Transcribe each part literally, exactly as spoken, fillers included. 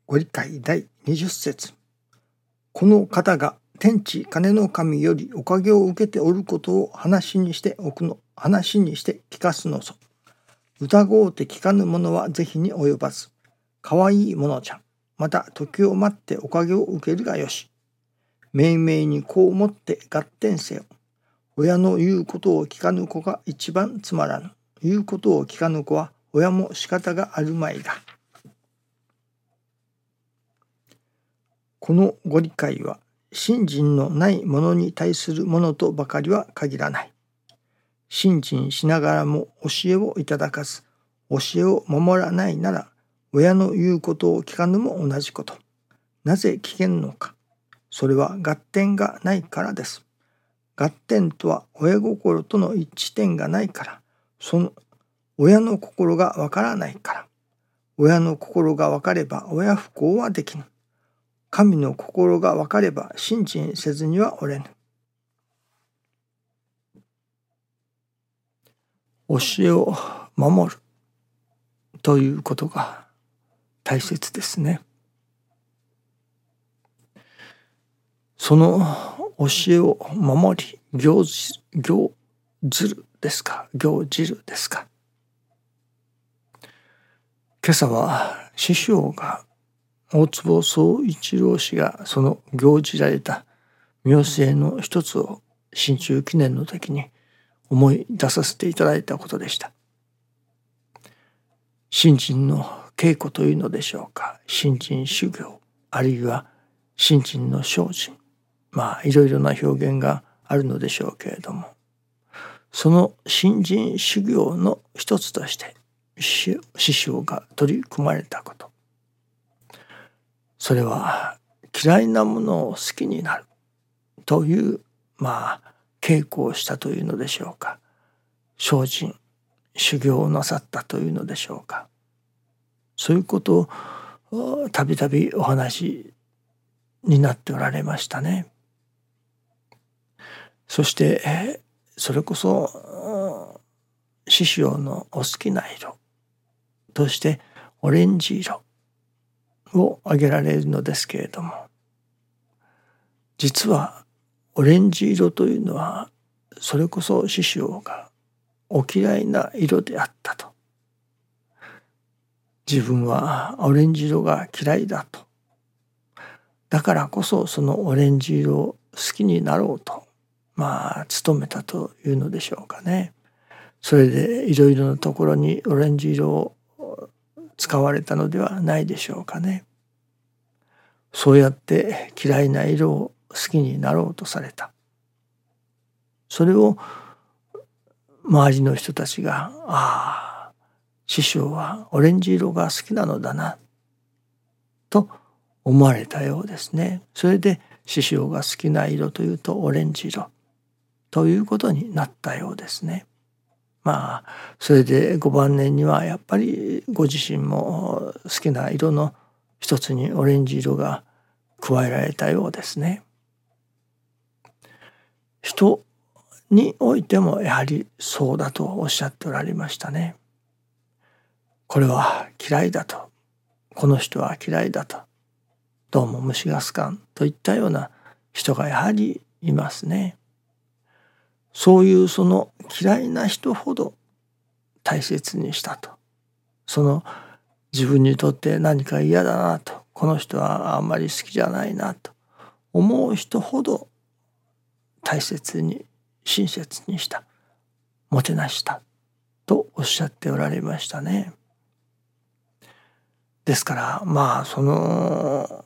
ご理解だいにじゅっ節。この方が天地金の神よりおかげを受けておることを話にしておくの、話にして聞かすのぞ。疑うて聞かぬ者は是非に及ばず、かわいいものじゃ。また時を待っておかげを受けるがよし。命名にこう思って合点せよ。親の言うことを聞かぬ子が一番つまらぬ。言うことを聞かぬ子は親も仕方があるまいだ。このご理解は信心のないものに対するものとばかりは限らない。信心しながらも教えをいただかず、教えを守らないなら、親の言うことを聞かぬも同じこと。なぜ聞けんのか。それは合点がないからです。合点とは親心との一致点がないから、その親の心がわからないから。親の心がわかれば親不孝はできぬ。神の心がわかれば信心せずにはおれぬ。教えを守るということが大切ですね。その教えを守り、行ず、行ずるですか、行じるですか。今朝は師匠が大坪宗一郎氏がその行じられた妙声の一つを新中記念の時に思い出させていただいたことでした。信心の稽古というのでしょうか。信心修行、あるいは信心の精進、まあいろいろな表現があるのでしょうけれども、その信心修行の一つとして師匠が取り組まれたこと、それは嫌いなものを好きになるというまあ稽古をしたというのでしょうか。精進修行をなさったというのでしょうか。そういうことをたびたびお話になっておられましたね。そしてそれこそ師匠のお好きな色としてオレンジ色を挙げられるのですけれども、実はオレンジ色というのはそれこそ師匠がお嫌いな色であったと。自分はオレンジ色が嫌いだと。だからこそそのオレンジ色を好きになろうとまあ努めたというのでしょうかね。それでいろいろなところにオレンジ色を使われたのではないでしょうかね。そうやって嫌いな色を好きになろうとされた。それを周りの人たちが、ああ、師匠はオレンジ色が好きなのだなと思われたようですね。それで師匠が好きな色というとオレンジ色ということになったようですね。まあそれでごばん年にはやっぱりご自身も好きな色の一つにオレンジ色が加えられたようですね。人においてもやはりそうだとおっしゃっておられましたね。これは嫌いだと、この人は嫌いだと、どうも虫が好かんといったような人がやはりいますね。そういうその嫌いな人ほど大切にしたと。その自分にとって何か嫌だなと、この人はあんまり好きじゃないなと思う人ほど大切に親切にした、もてなしたとおっしゃっておられましたね。ですからまあその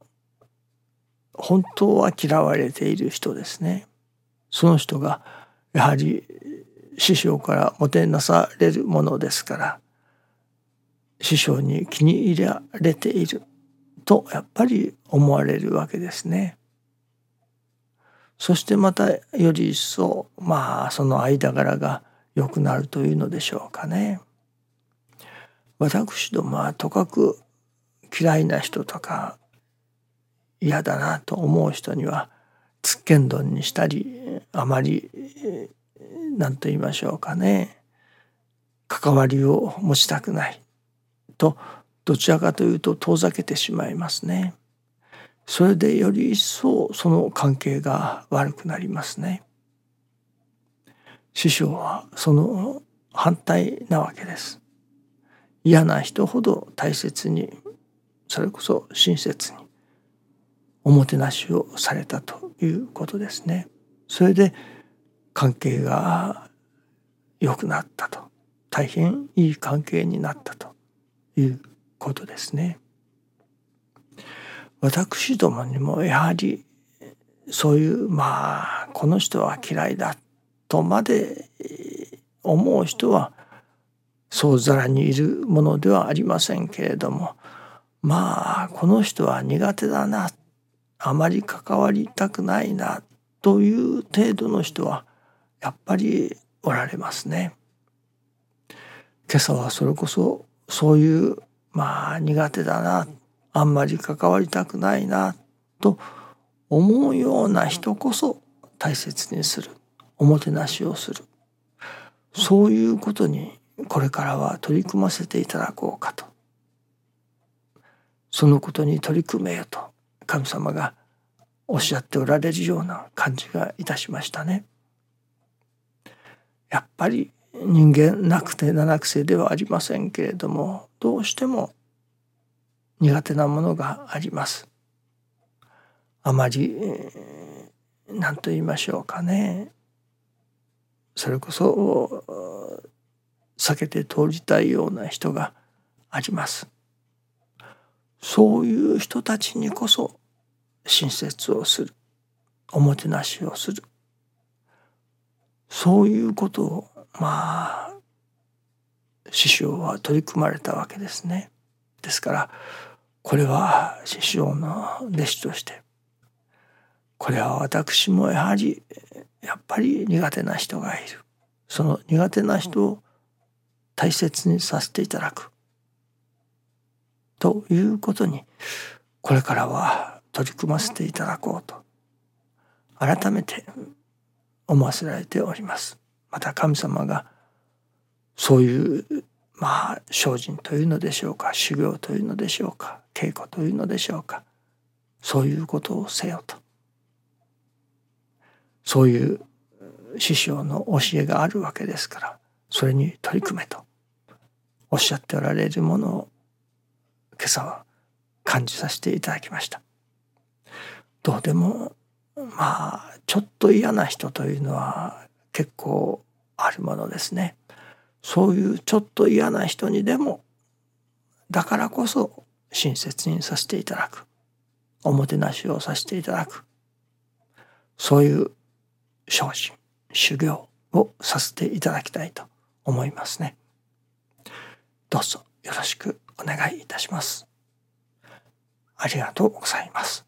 本当は嫌われている人ですね。その人がやはり師匠からもてなされるものですから、師匠に気に入られているとやっぱり思われるわけですね。そしてまたより一層まあその間柄が良くなるというのでしょうかね。私どもはとかく嫌いな人とか嫌だなと思う人にはつっけんどんにしたり、あまり何と言いましょうかね、関わりを持ちたくないとどちらかというと遠ざけてしまいますね。それでより一層その関係が悪くなりますね。師匠はその反対なわけです。嫌な人ほど大切に、それこそ親切におもてなしをされたということですね。それで関係が良くなったと、大変いい関係になったということですね。私どもにもやはりそういうまあこの人は嫌いだとまで思う人はそうざらにいるものではありませんけれども、まあこの人は苦手だな、あまり関わりたくないなという程度の人はやっぱりおられますね。今朝はそれこそそういうまあ苦手だな、あんまり関わりたくないなと思うような人こそ大切にする、おもてなしをする、そういうことにこれからは取り組ませていただこうかと、そのことに取り組めよと神様がおっしゃっておられるような感じがいたしましたね。やっぱり人間なくて七癖ではありませんけれども、どうしても苦手なものがあります。あまり何と言いましょうかね、それこそ避けて通りたいような人があります。そういう人たちにこそ親切をする、おもてなしをする、そういうことをまあ師匠は取り組まれたわけですね。ですからこれは師匠の弟子として、これは私もやはりやっぱり苦手な人がいる、その苦手な人を大切にさせていただくということにこれからは取り組ませていただこうと改めて思わせられております。また神様がそういうまあ精進というのでしょうか、修行というのでしょうか、稽古というのでしょうか、そういうことをせよと、そういう師匠の教えがあるわけですから、それに取り組めとおっしゃっておられるものを今朝は感じさせていただきました。どうでもまあちょっと嫌な人というのは結構あるものですね。そういうちょっと嫌な人にでもだからこそ親切にさせていただく、おもてなしをさせていただく、そういう精進修行をさせていただきたいと思いますね。どうぞよろしくお願いいたします。ありがとうございます。